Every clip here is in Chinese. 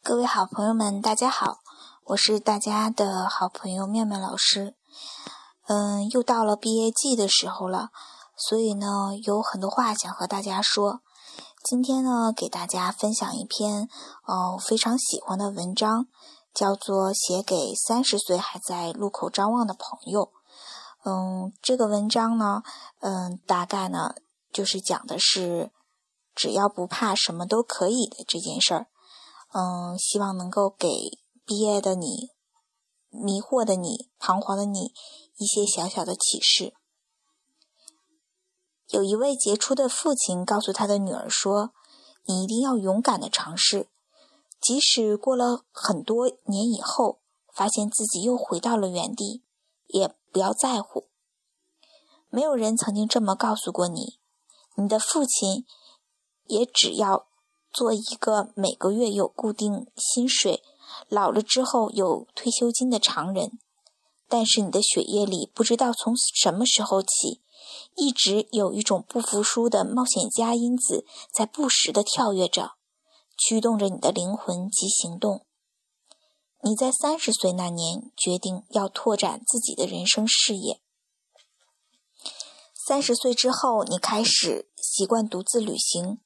各位好朋友们，大家好，我是大家的好朋友妙妙老师。又到了毕业季的时候了，所以呢，有很多话想和大家说。今天呢，给大家分享一篇非常喜欢的文章，叫做《写给30岁还在路口张望的朋友》。这个文章呢，大概呢就是讲的是只要不怕什么都可以的这件事儿。希望能够给毕业的你、迷惑的你、彷徨的你一些小小的启示。有一位杰出的父亲告诉他的女儿说，你一定要勇敢地尝试，即使过了很多年以后，发现自己又回到了原地，也不要在乎。没有人曾经这么告诉过你，你的父亲也只要做一个每个月有固定薪水，老了之后有退休金的常人。但是你的血液里不知道从什么时候起，一直有一种不服输的冒险家因子在不时地跳跃着，驱动着你的灵魂及行动。你在30岁那年决定要拓展自己的人生事业。30岁之后，你开始习惯独自旅行，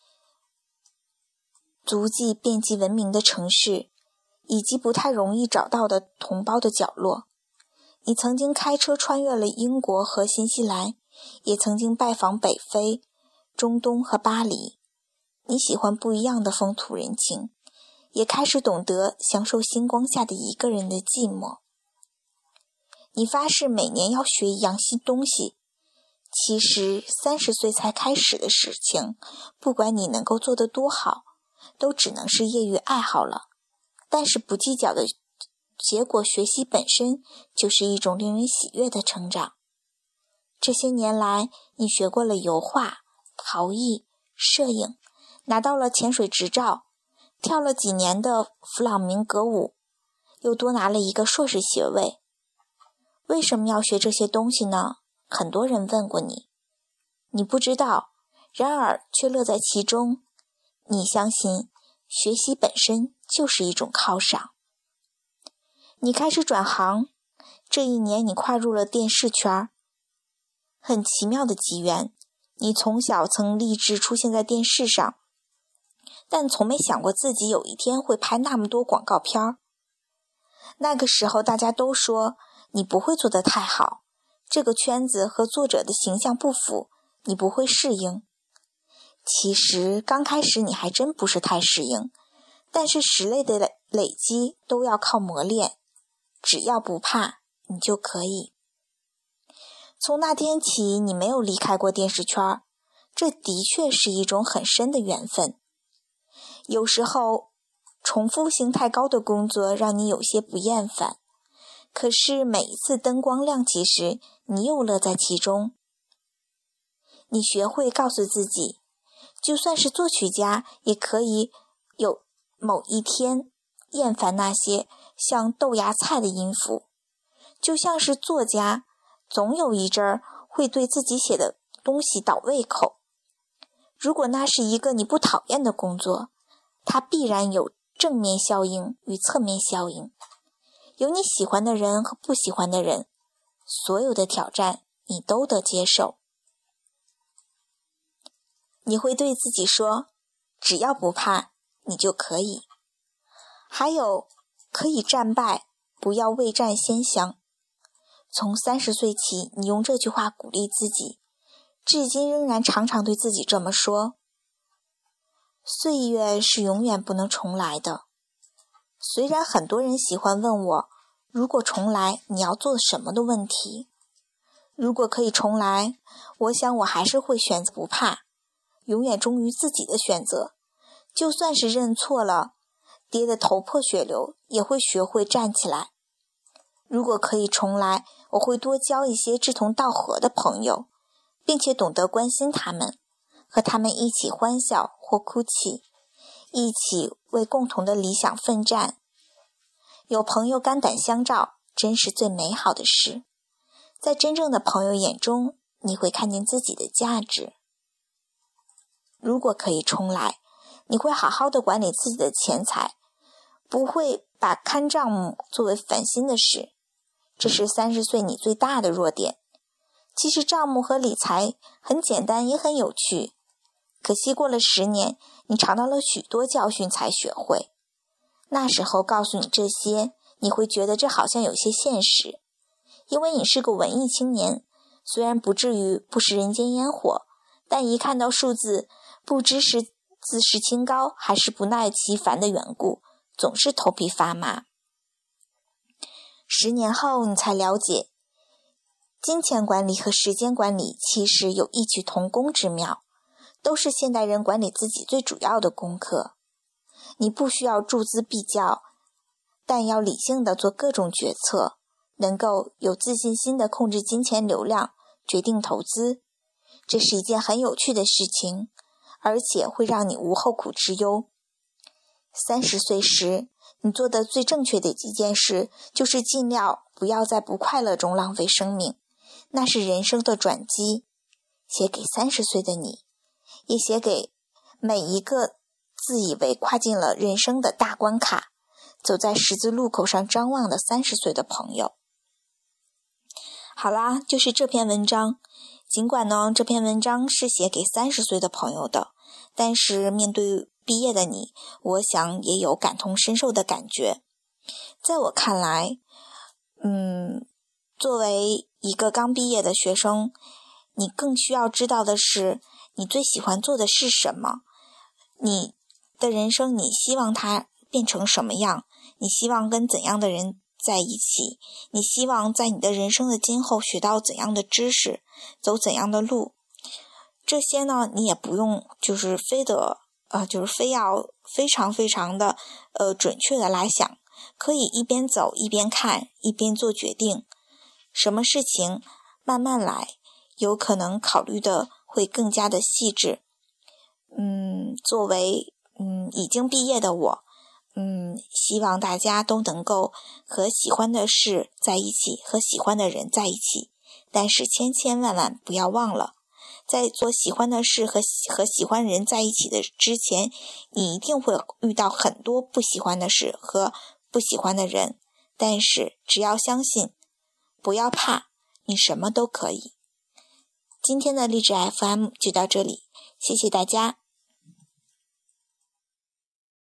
足迹遍及闻名的城市，以及不太容易找到的同胞的角落。你曾经开车穿越了英国和新西兰，也曾经拜访北非、中东和巴黎。你喜欢不一样的风土人情，也开始懂得享受星光下的一个人的寂寞。你发誓每年要学一样新东西。其实30岁才开始的事情，不管你能够做得多好，都只能是业余爱好了。但是不计较的结果，学习本身就是一种令人喜悦的成长。这些年来，你学过了油画、陶艺、摄影，拿到了潜水执照，跳了几年的弗朗明戈舞，又多拿了一个硕士学位。为什么要学这些东西呢？很多人问过你，你不知道，然而却乐在其中。你相信学习本身就是一种犒赏。你开始转行，这一年你跨入了电视圈。很奇妙的机缘，你从小曾立志出现在电视上，但从没想过自己有一天会拍那么多广告片。那个时候大家都说你不会做得太好，这个圈子和作者的形象不符，你不会适应。其实刚开始你还真不是太适应，但是实力的累积都要靠磨练，只要不怕，你就可以。从那天起，你没有离开过电视圈，这的确是一种很深的缘分。有时候重复性太高的工作让你有些不厌烦，可是每一次灯光亮起时，你又乐在其中。你学会告诉自己，就算是作曲家，也可以有某一天厌烦那些像豆芽菜的音符。就像是作家，总有一阵儿会对自己写的东西倒胃口。如果那是一个你不讨厌的工作，它必然有正面效应与侧面效应。有你喜欢的人和不喜欢的人，所有的挑战你都得接受。你会对自己说，只要不怕，你就可以。还有，可以战败，不要未战先降。从30岁起，你用这句话鼓励自己，至今仍然常常对自己这么说。岁月是永远不能重来的。虽然很多人喜欢问我，如果重来，你要做什么的问题。如果可以重来，我想我还是会选择不怕，永远忠于自己的选择。就算是认错了，跌得头破血流，也会学会站起来。如果可以重来，我会多交一些志同道合的朋友，并且懂得关心他们，和他们一起欢笑或哭泣，一起为共同的理想奋战。有朋友肝胆相照，真是最美好的事。在真正的朋友眼中，你会看见自己的价值。如果可以重来，你会好好的管理自己的钱财， 不会把看账目作为烦心的事，这是30岁你最大的弱点。其实账目和理财很简单也很有趣，可惜过了10年，你尝到了许多教训才学会。那时候告诉你这些，你会觉得这好像有些现实，因为你是个文艺青年，虽然不至于不食人间烟火，但一看到数字，不知是自视清高还是不耐其烦的缘故，总是头皮发麻。10年后你才了解，金钱管理和时间管理其实有异曲同工之妙，都是现代人管理自己最主要的功课。你不需要注资必较，但要理性地做各种决策，能够有自信心地控制金钱流量，决定投资。这是一件很有趣的事情，而且会让你无后顾之忧。30岁时，你做的最正确的一件事，就是尽量不要在不快乐中浪费生命，那是人生的转机。写给30岁的你，也写给每一个自以为跨进了人生的大关卡，走在十字路口上张望的30岁的朋友。好啦，就是这篇文章。尽管呢，这篇文章是写给30岁的朋友的，但是面对毕业的你，我想也有感同身受的感觉。在我看来，作为一个刚毕业的学生，你更需要知道的是，你最喜欢做的是什么？你的人生，你希望它变成什么样？你希望跟怎样的人在一起？你希望在你的人生的今后学到怎样的知识，走怎样的路？这些呢，你也不用就是非要非常的准确的来想，可以一边走一边看，一边做决定。什么事情慢慢来，有可能考虑的会更加的细致。作为已经毕业的我，希望大家都能够和喜欢的事在一起，和喜欢的人在一起。但是千万不要忘了，在做喜欢的事和喜欢人在一起的之前，你一定会遇到很多不喜欢的事和不喜欢的人。但是只要相信，不要怕，你什么都可以。今天的励志 FM 就到这里，谢谢大家。